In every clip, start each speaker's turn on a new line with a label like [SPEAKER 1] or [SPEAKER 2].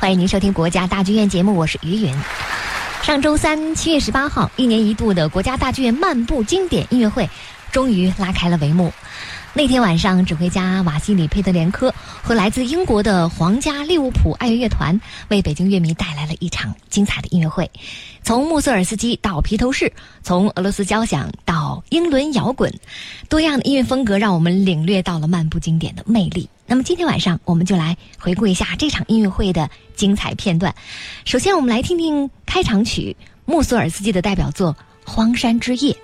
[SPEAKER 1] 欢迎您收听国家大剧院节目，我是于云。上周三7月18号，一年一度的国家大剧院漫步经典音乐会终于拉开了帷幕。那天晚上，指挥家瓦西里·佩特连科和来自英国的皇家利物浦爱乐乐团为北京乐迷带来了一场精彩的音乐会。从穆索尔斯基到披头士，从俄罗斯交响到英伦摇滚，多样的音乐风格让我们领略到了漫步经典的魅力。那么今天晚上我们就来回顾一下这场音乐会的精彩片段。首先我们来听听开场曲穆索尔斯基的代表作《荒山之夜》。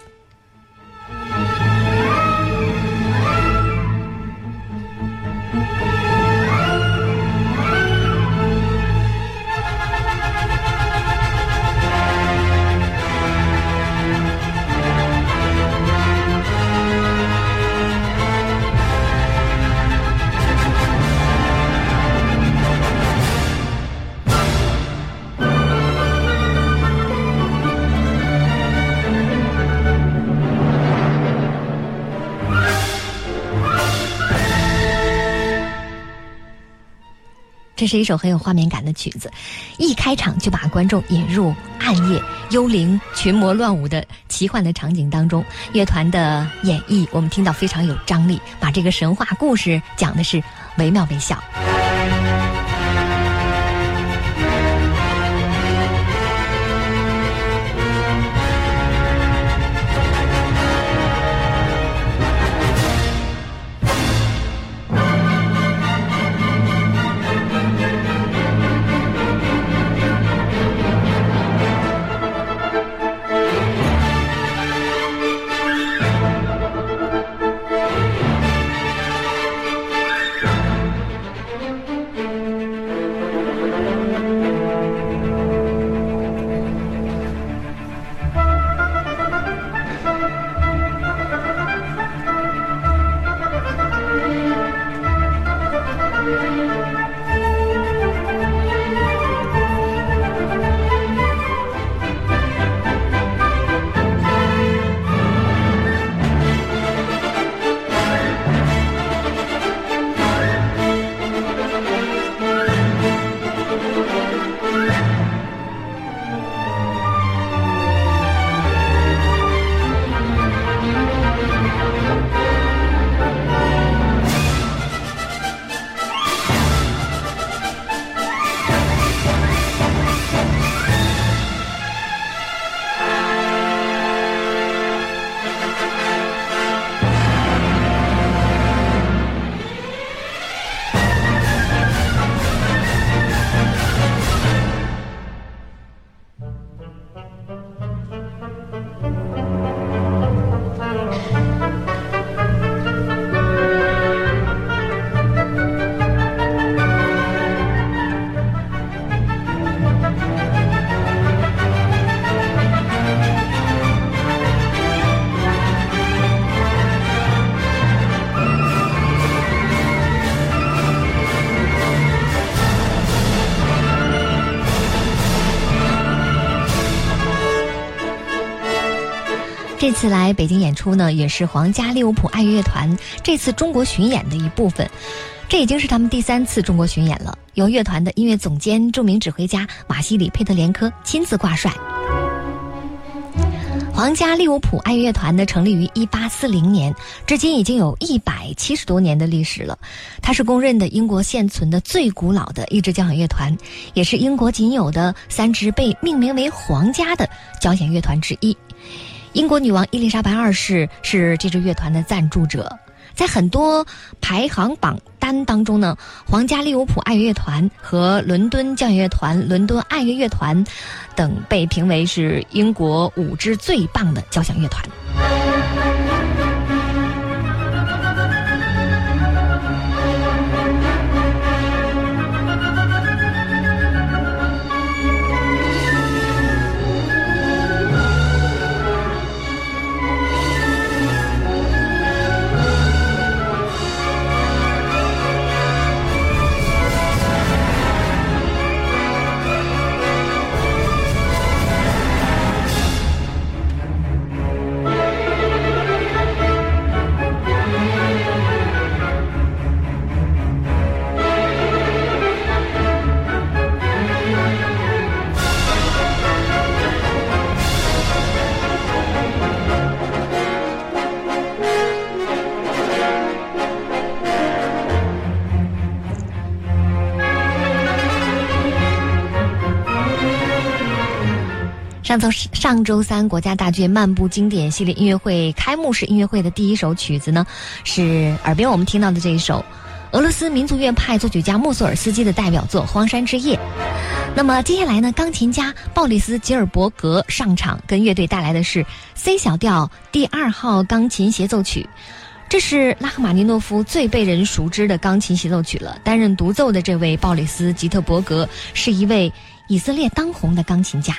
[SPEAKER 1] 这是一首很有画面感的曲子，一开场就把观众引入暗夜、幽灵、群魔乱舞的奇幻的场景当中。乐团的演绎我们听到非常有张力，把这个神话故事讲的是惟妙惟肖。这次来北京演出呢，也是皇家利物浦爱乐乐团这次中国巡演的一部分。这已经是他们第3次中国巡演了，由乐团的音乐总监、著名指挥家瓦西里·佩特连科亲自挂帅。皇家利物浦爱乐乐团呢，成立于1840年，至今已经有170多年的历史了。它是公认的英国现存的最古老的一支交响乐团，也是英国仅有的3支被命名为皇家的交响乐团之一。英国女王伊丽莎白2世是这支乐团的赞助者，在很多排行榜单当中呢，皇家利物浦爱乐乐团和伦敦交响乐团、伦敦爱乐乐团等被评为是英国5支最棒的交响乐团。 上周三，国家大剧院漫步经典系列音乐会开幕式音乐会的第一首曲子呢，是耳边我们听到的这一首俄罗斯民族乐派作曲家莫索尔斯基的代表作《荒山之夜》。那么接下来呢，钢琴家鲍里斯·吉尔伯格上场，跟乐队带来的是 C 小调第2号钢琴协奏曲。这是拉赫玛尼诺夫最被人熟知的钢琴协奏曲了。担任独奏的这位鲍里斯·吉特伯格是一位以色列当红的钢琴家。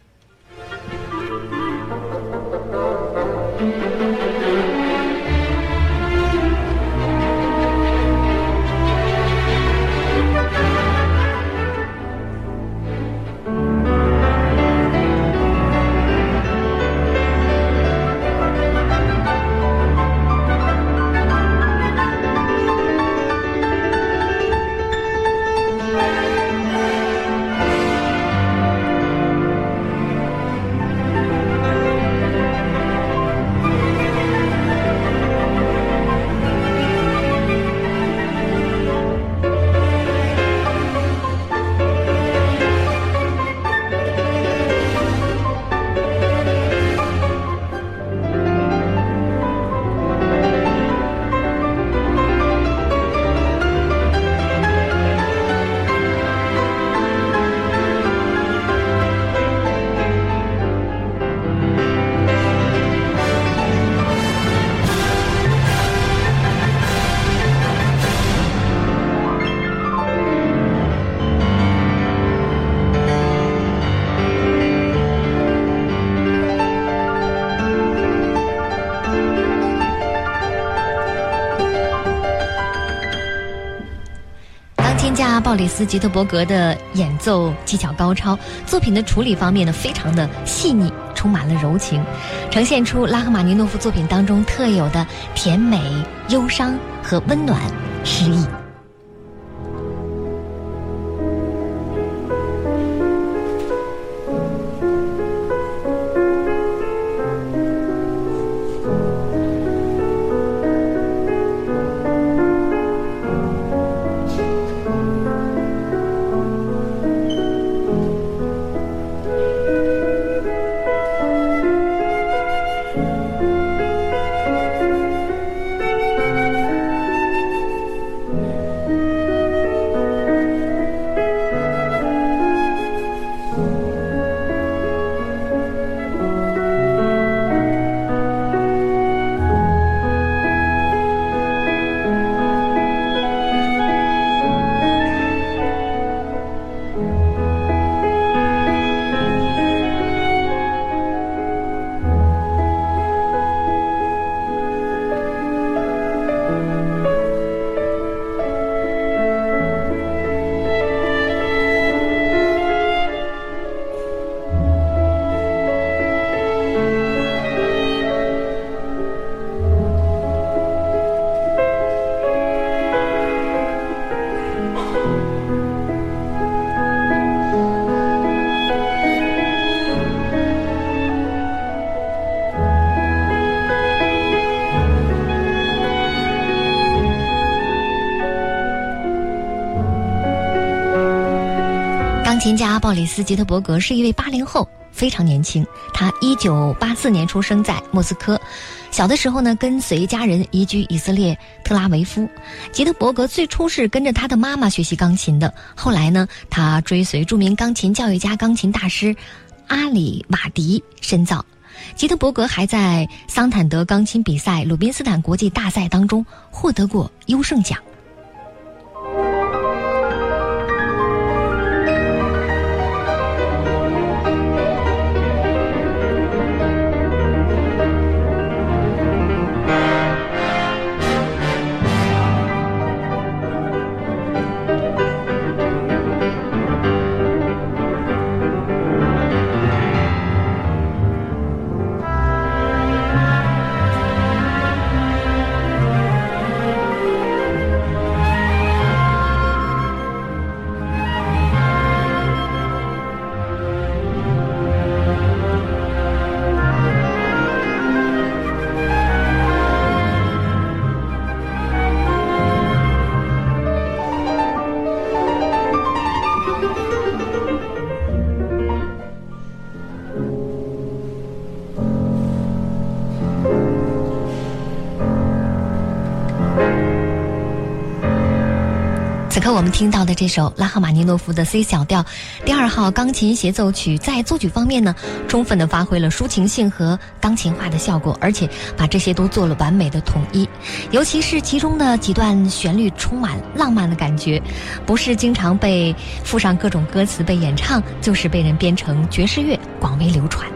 [SPEAKER 1] 鲍里斯·吉特伯格的演奏技巧高超，作品的处理方面呢非常的细腻，充满了柔情，呈现出拉赫玛尼诺夫作品当中特有的甜美、忧伤和温暖、诗意。钢琴家鲍里斯·吉特伯格是一位80后，非常年轻。他1984年出生在莫斯科，小的时候呢，跟随家人移居以色列特拉维夫。吉特伯格最初是跟着他的妈妈学习钢琴的，后来呢，他追随著名钢琴教育家、钢琴大师阿里瓦迪深造。吉特伯格还在桑坦德钢琴比赛、鲁宾斯坦国际大赛当中获得过优胜奖。 此刻我们听到的这首拉赫玛尼诺夫的 C 小调第2号钢琴协奏曲，在作曲方面呢，充分的发挥了抒情性和钢琴化的效果，而且把这些都做了完美的统一。尤其是其中的几段旋律充满浪漫的感觉，不是经常被附上各种歌词被演唱，就是被人编成爵士乐，广为流传。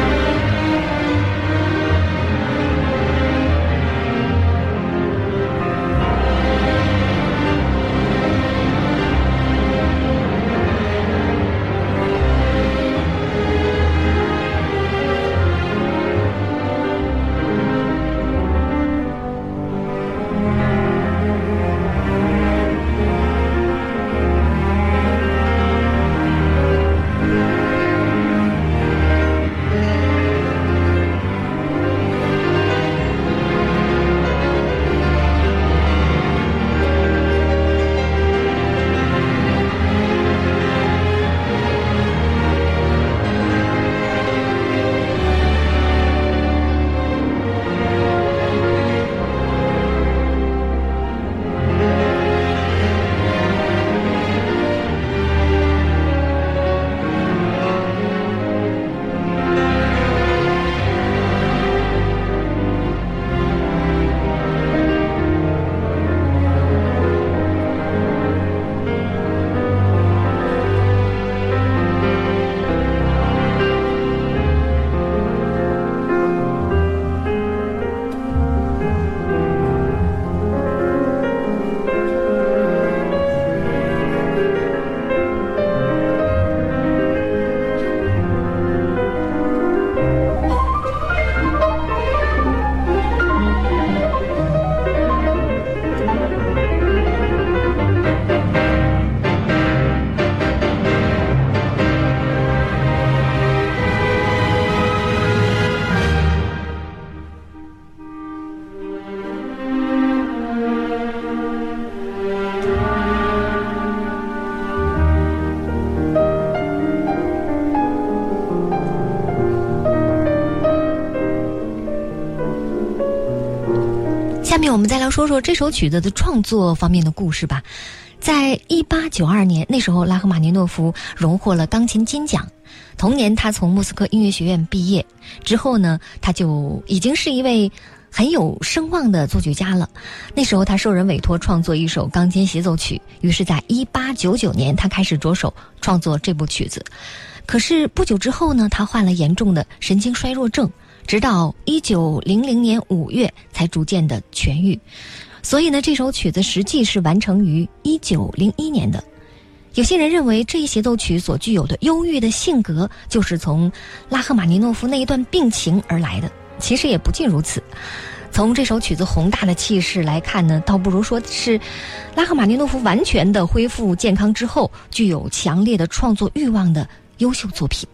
[SPEAKER 1] 下面我们再来说说这首曲子的创作方面的故事吧。在1892年，那时候拉赫玛尼诺夫荣获了钢琴金奖。同年他从莫斯科音乐学院毕业之后呢，他就已经是一位很有声望的作曲家了。那时候他受人委托创作一首钢琴协奏曲，于是在1899年他开始着手创作这部曲子。可是不久之后呢，他患了严重的神经衰弱症，直到1900年5月才逐渐的痊愈。所以呢，这首曲子实际是完成于1901年的。有些人认为这一协奏曲所具有的忧郁的性格，就是从拉赫玛尼诺夫那一段病情而来的。其实也不尽如此。从这首曲子宏大的气势来看呢，倒不如说是拉赫玛尼诺夫完全的恢复健康之后，具有强烈的创作欲望的优秀作品。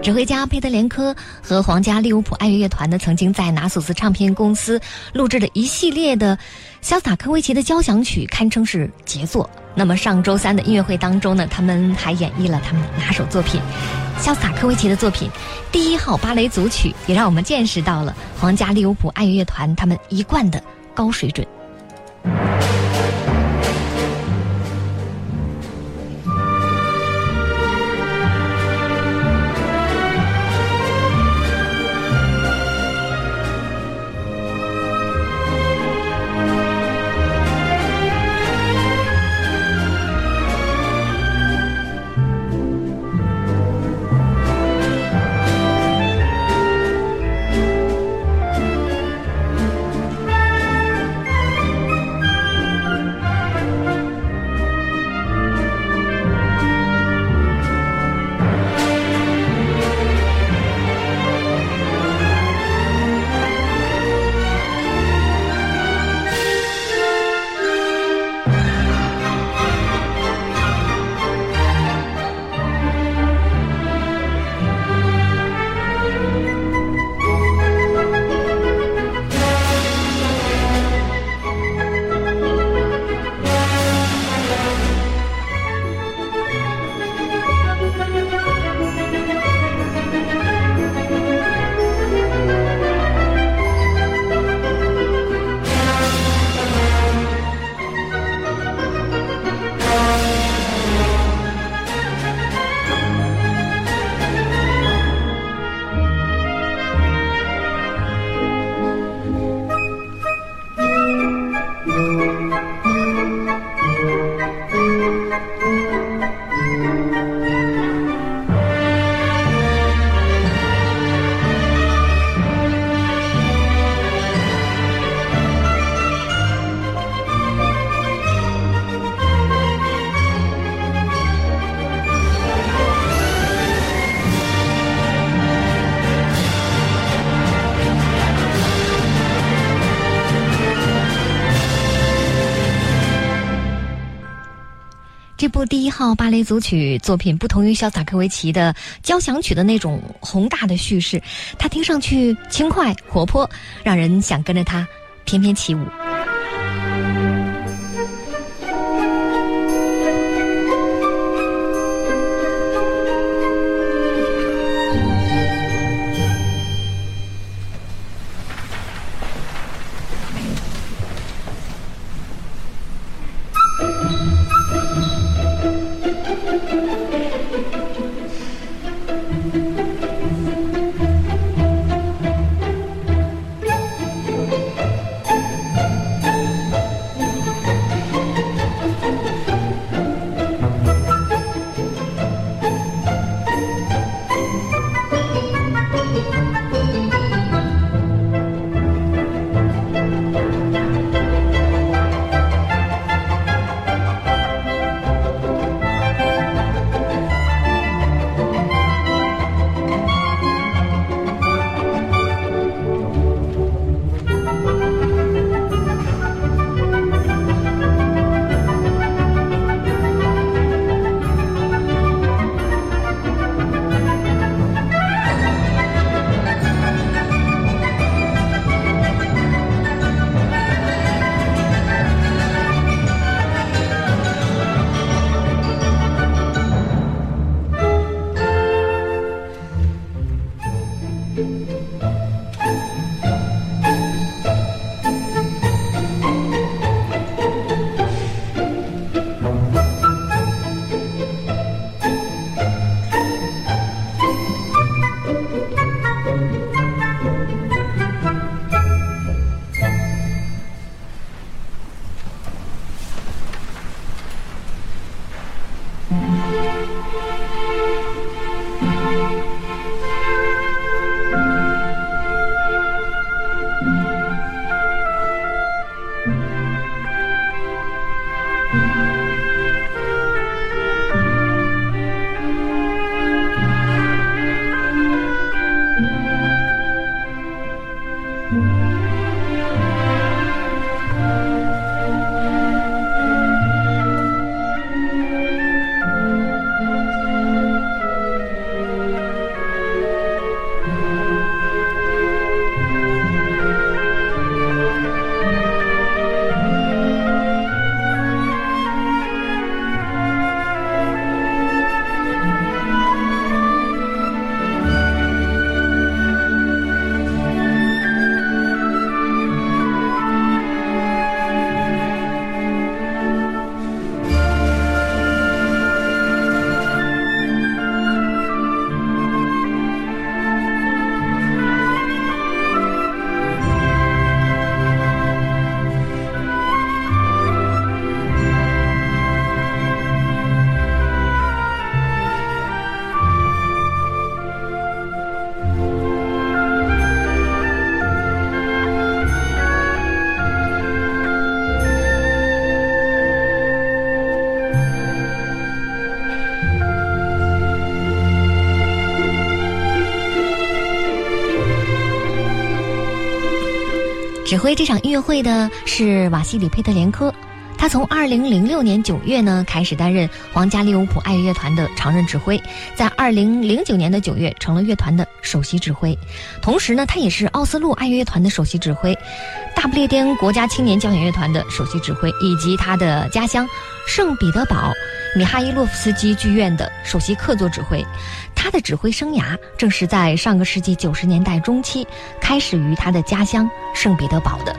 [SPEAKER 1] 指挥家佩德连科和皇家利物浦爱乐乐团呢，曾经在拿索斯唱片公司录制了一系列的肖斯塔科维奇的交响曲，堪称是杰作。那么上周三的音乐会当中呢，他们还演绎了他们的拿手作品肖斯塔科维奇的作品第1号芭蕾组曲，也让我们见识到了皇家利物浦爱乐乐团他们一贯的高水准。这部第1号芭蕾组曲作品不同于肖斯塔科维奇的交响曲的那种宏大的叙事，它听上去轻快活泼，让人想跟着它翩翩起舞。 指挥这场音乐会的是瓦西里·佩特连科，他从2006年9月呢开始担任皇家利物浦爱乐乐团的常任指挥，在2009年的9月成了乐团的首席指挥。同时呢，他也是奥斯陆爱乐乐团的首席指挥，大不列颠国家青年交响乐团的首席指挥，以及他的家乡圣彼得堡米哈伊洛夫斯基剧院的首席客座指挥。他的指挥生涯正是在上个世纪90年代中期开始于他的家乡圣彼得堡的。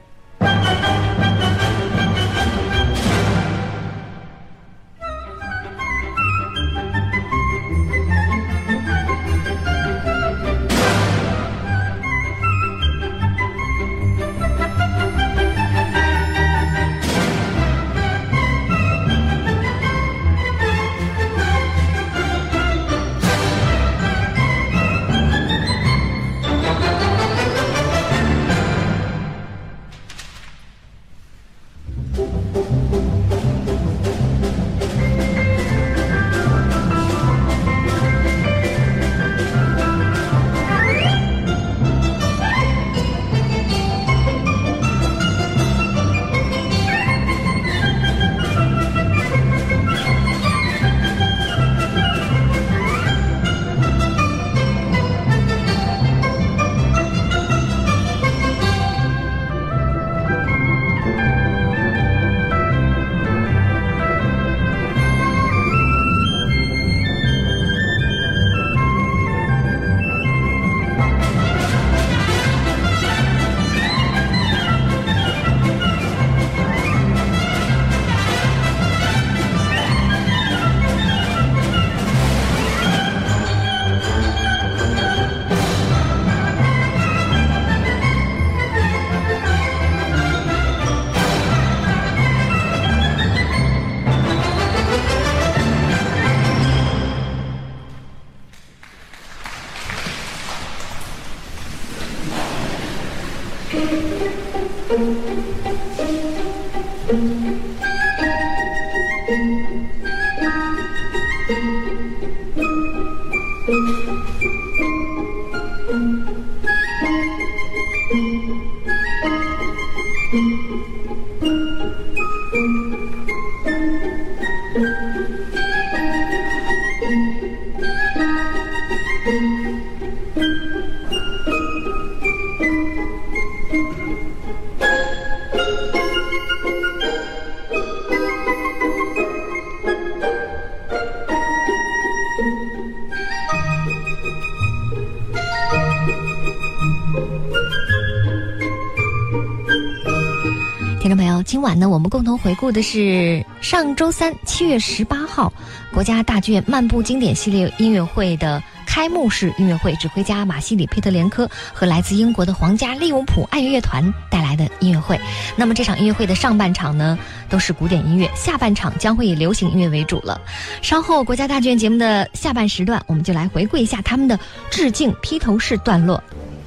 [SPEAKER 1] 听众朋友，今晚呢，我们共同回顾的是上周三7月18号国家大剧院漫步经典系列音乐会的开幕式音乐会，指挥家马西里·佩特连科和来自英国的皇家利物浦爱乐乐团带来的音乐会。那么这场音乐会的上半场呢都是古典音乐，下半场将会以流行音乐为主了。稍后国家大剧院节目的下半时段，我们就来回顾一下他们的致敬披头士段落。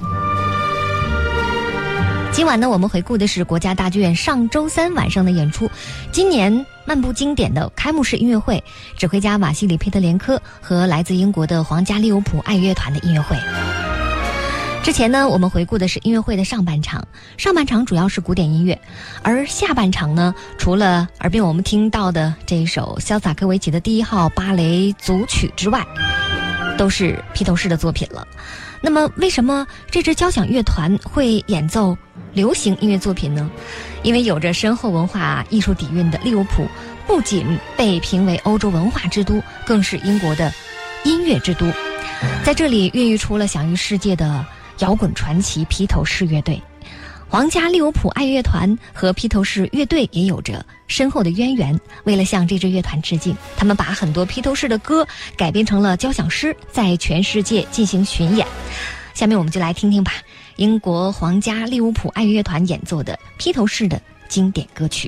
[SPEAKER 1] 今晚呢，我们回顾的是国家大剧院上周三晚上的演出，今年漫步经典的开幕式音乐会，指挥家瓦西里·佩特连科和来自英国的皇家利物浦爱乐团的音乐会。之前呢，我们回顾的是音乐会的上半场，上半场主要是古典音乐，而下半场呢，除了耳边我们听到的这一首肖斯塔科维奇的第1号芭蕾组曲之外，都是披头士的作品了。那么为什么这支交响乐团会演奏流行音乐作品呢？因为有着深厚文化艺术底蕴的利物浦不仅被评为欧洲文化之都，更是英国的音乐之都。在这里孕育出了享誉世界的摇滚传奇披头士乐队。皇家利物浦爱乐团和披头士乐队也有着深厚的渊源。为了向这支乐团致敬，他们把很多披头士的歌改编成了交响诗，在全世界进行巡演。下面我们就来听听吧，英国皇家利物浦爱乐团演奏的披头士的经典歌曲。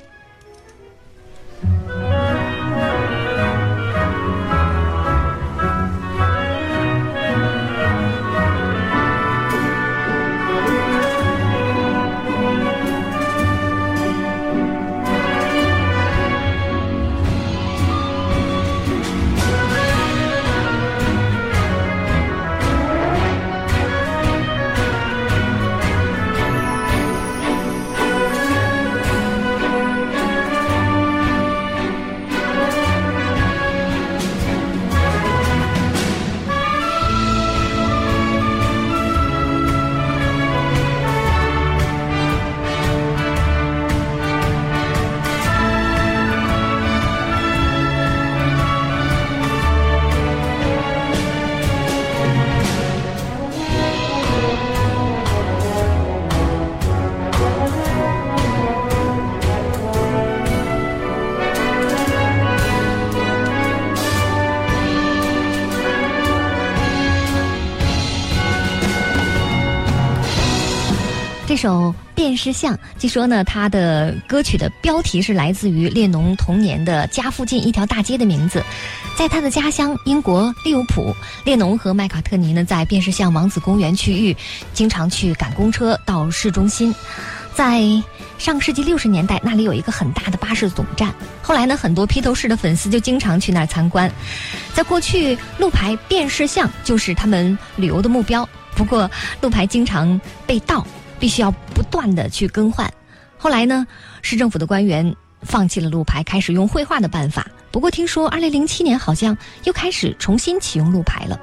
[SPEAKER 1] 首《便是巷》，据说呢，他的歌曲的标题是来自于列侬童年的家附近一条大街的名字。在他的家乡英国利物浦，列侬和麦卡特尼呢，在便是巷王子公园区域经常去赶公车到市中心。在上世纪60年代，那里有一个很大的巴士总站，后来呢，很多披头士的粉丝就经常去那儿参观。在过去，路牌便是巷就是他们旅游的目标，不过路牌经常被盗，必须要不断的去更换。后来呢，市政府的官员放弃了路牌，开始用绘画的办法。不过听说2007年好像又开始重新启用路牌了。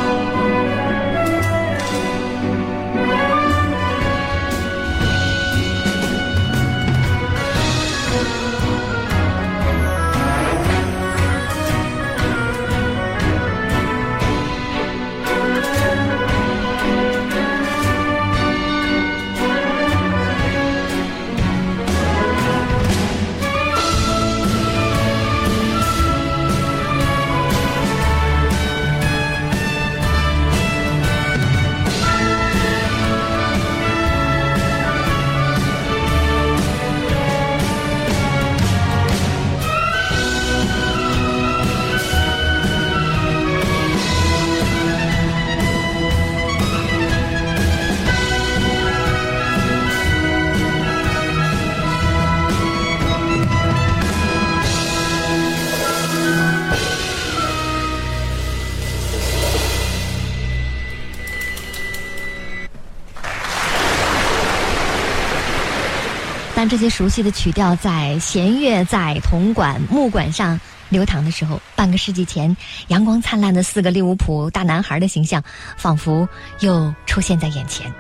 [SPEAKER 1] 当这些熟悉的曲调在弦乐、在铜管、木管上流淌的时候，半个世纪前阳光灿烂的4个利物浦大男孩的形象仿佛又出现在眼前。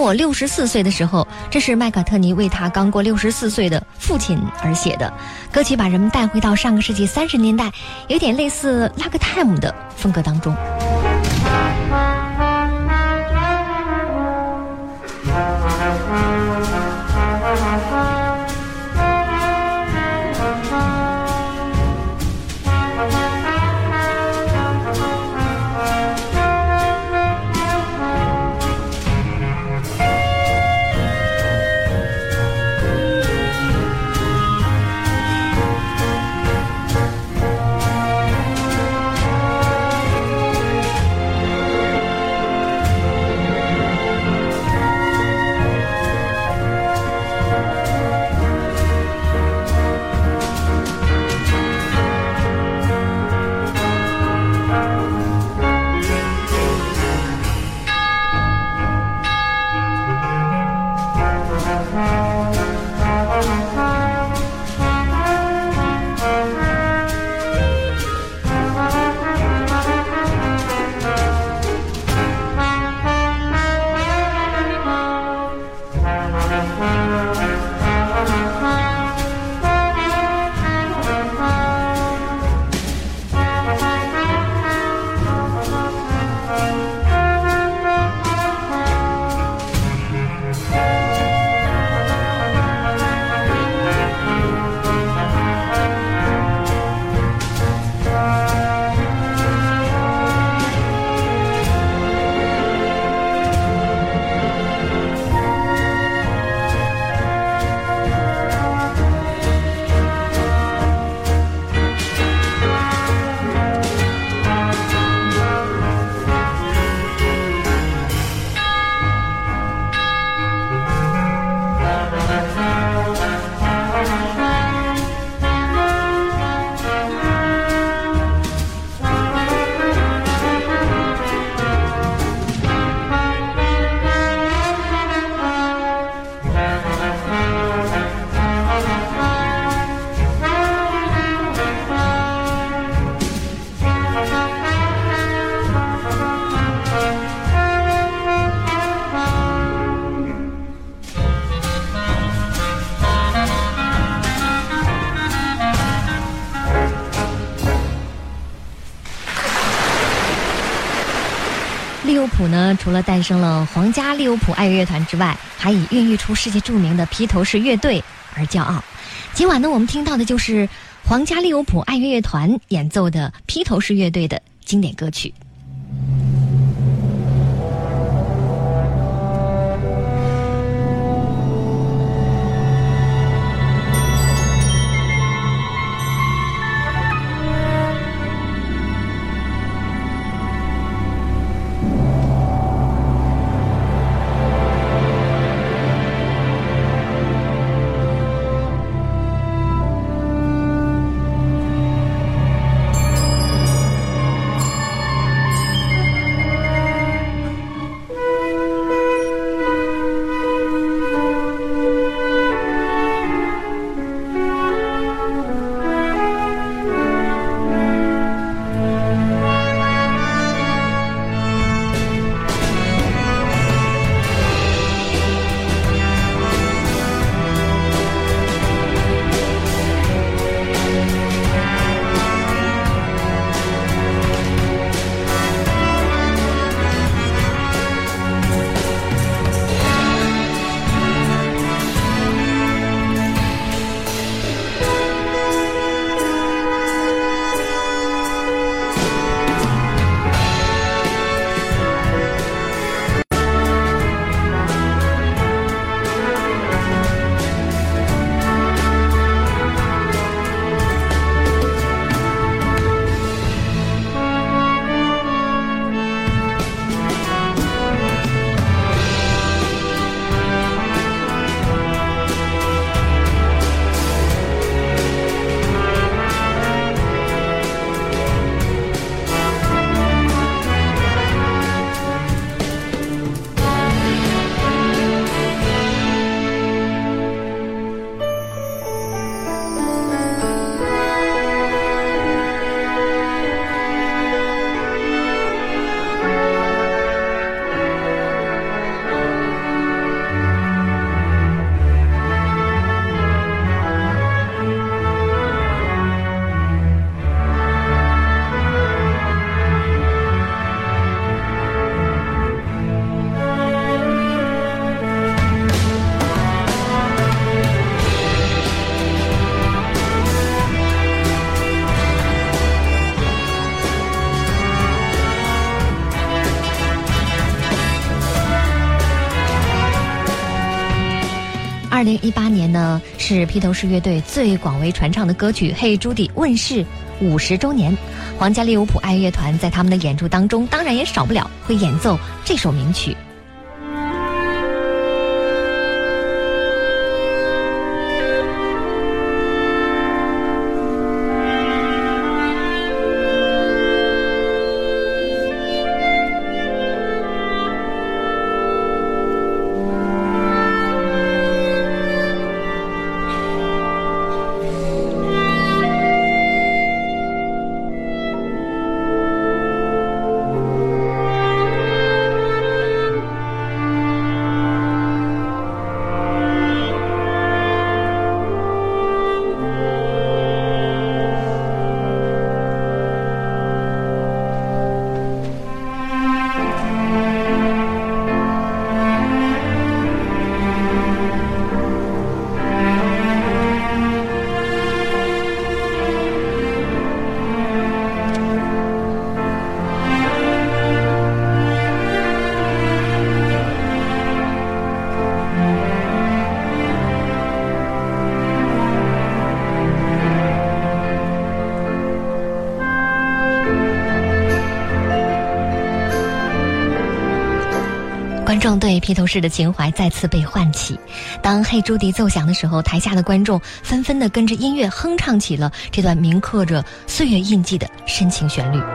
[SPEAKER 1] 我64岁的时候，这是麦卡特尼为他刚过64岁的父亲而写的。歌曲把人们带回到上个世纪30年代，有点类似拉格泰姆的风格当中。利物浦呢，除了诞生了皇家利物浦爱乐乐团之外，还以孕育出世界著名的披头士乐队而骄傲。今晚呢，我们听到的就是皇家利物浦爱乐乐团演奏的披头士乐队的经典歌曲。 2018年呢，是披头士乐队最广为传唱的歌曲《嘿，朱迪》问世50周年。皇家利物浦爱乐团在他们的演出当中，当然也少不了会演奏这首名曲。观众对披头士的情怀再次被唤起。当嘿朱迪奏响的时候，台下的观众纷纷地跟着音乐哼唱起了这段铭刻着岁月印记的深情旋律。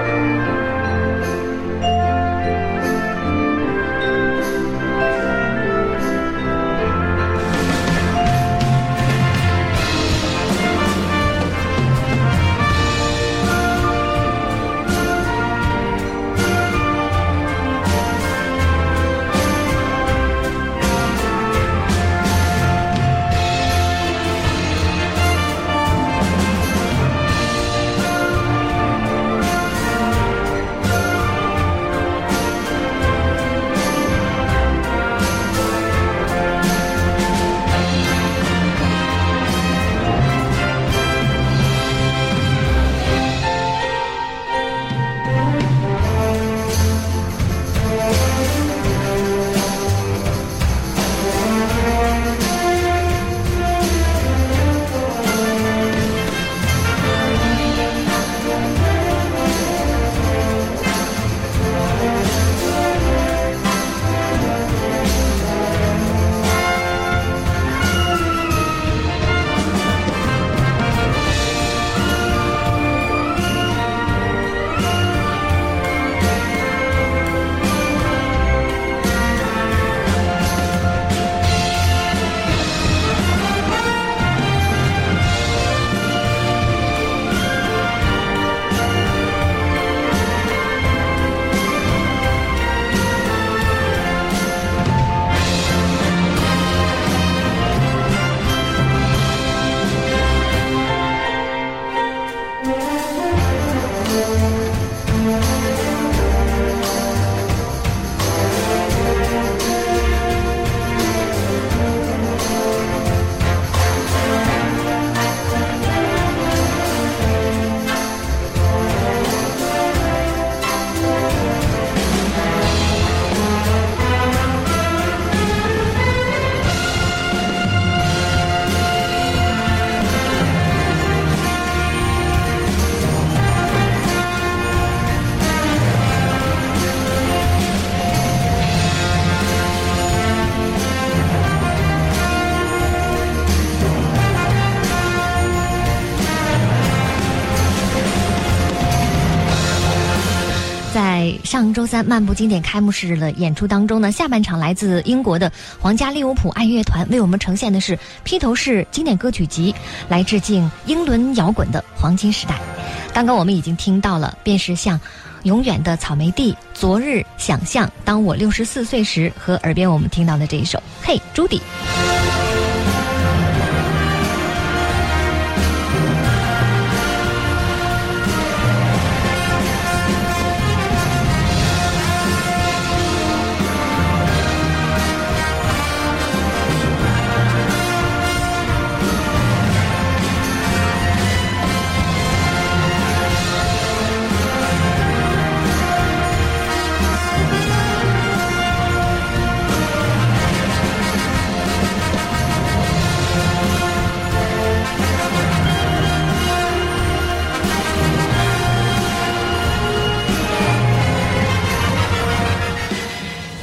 [SPEAKER 1] 在上周三漫步经典开幕式的演出当中呢，下半场来自英国的皇家利物浦爱乐团为我们呈现的是披头士经典歌曲集，来致敬英伦摇滚的黄金时代。刚刚我们已经听到了，便是像永远的草莓地、昨日想象、当我64岁时，和耳边我们听到的这一首嘿朱迪。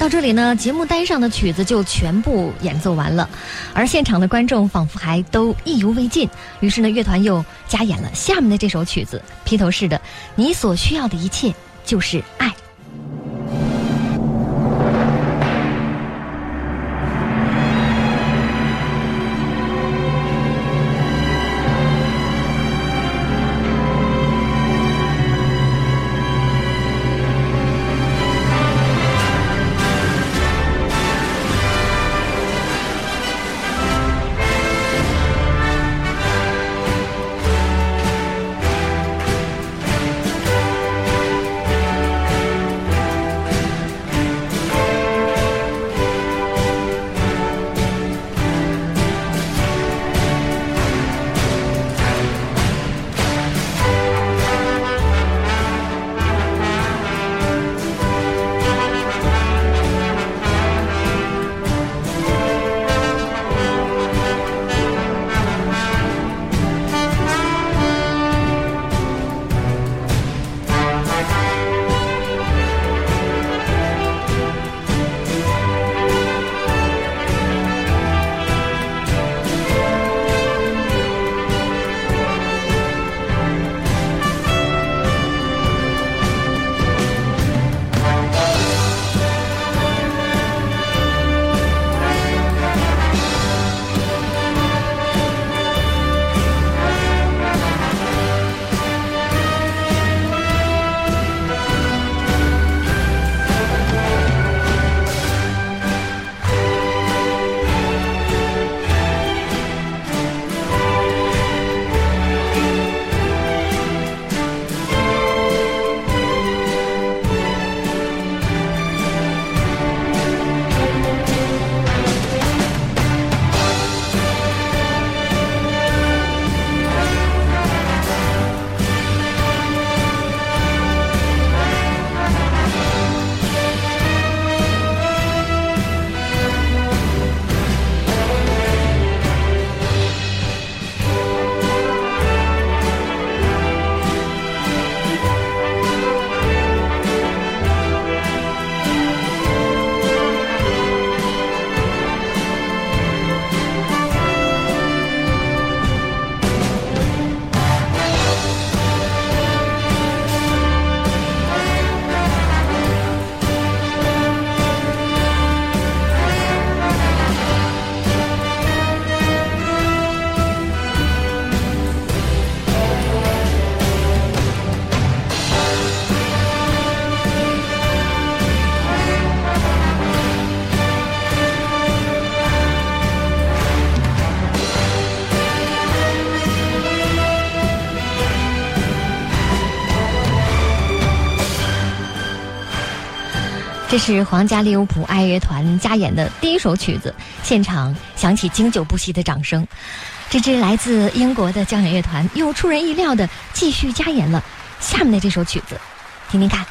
[SPEAKER 1] 到这里呢，节目单上的曲子就全部演奏完了，而现场的观众仿佛还都意犹未尽。于是呢，乐团又加演了下面的这首曲子，披头士的《你所需要的一切就是爱》。这是皇家利物浦爱乐团加演的第一首曲子，现场响起经久不息的掌声。这支来自英国的交响乐团又出人意料地继续加演了下面的这首曲子，听听看。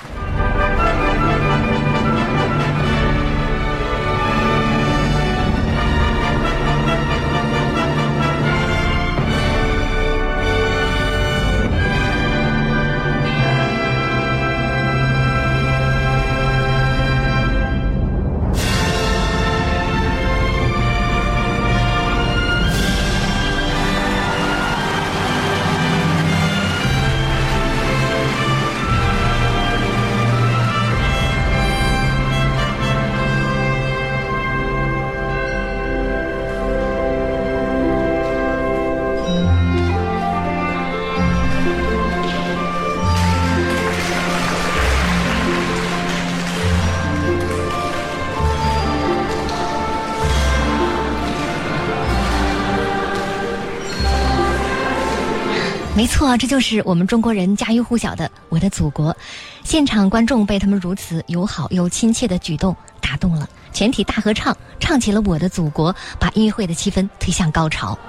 [SPEAKER 1] 没错，这就是我们中国人家喻户晓的我的祖国。现场观众被他们如此友好又亲切的举动打动了，全体大合唱，唱起了我的祖国，把音乐会的气氛推向高潮。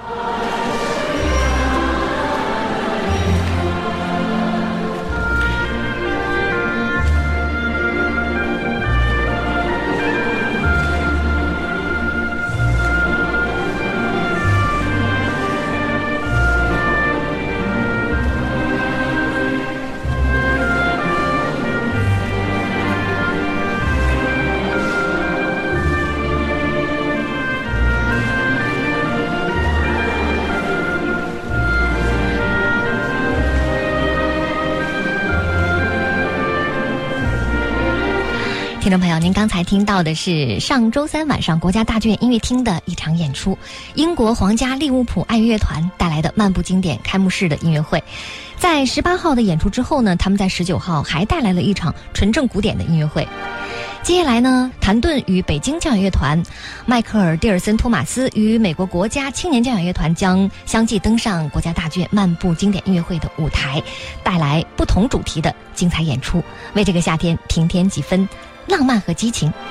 [SPEAKER 1] 听众朋友，您刚才听到的是上周三晚上国家大剧院音乐厅的一场演出，英国皇家利物浦爱乐乐团带来的漫步经典开幕式的音乐会。在18号的演出之后呢，他们在19号还带来了一场纯正古典的音乐会。接下来呢，谭盾与北京交响乐团、迈克尔·蒂尔森·托马斯与美国国家青年交响乐团将相继登上国家大剧院漫步经典音乐会的舞台，带来不同主题的精彩演出，为这个夏天平添几分浪漫和激情。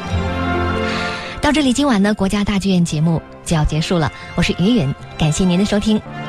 [SPEAKER 1] 到这里，今晚的国家大剧院节目就要结束了，我是云云，感谢您的收听。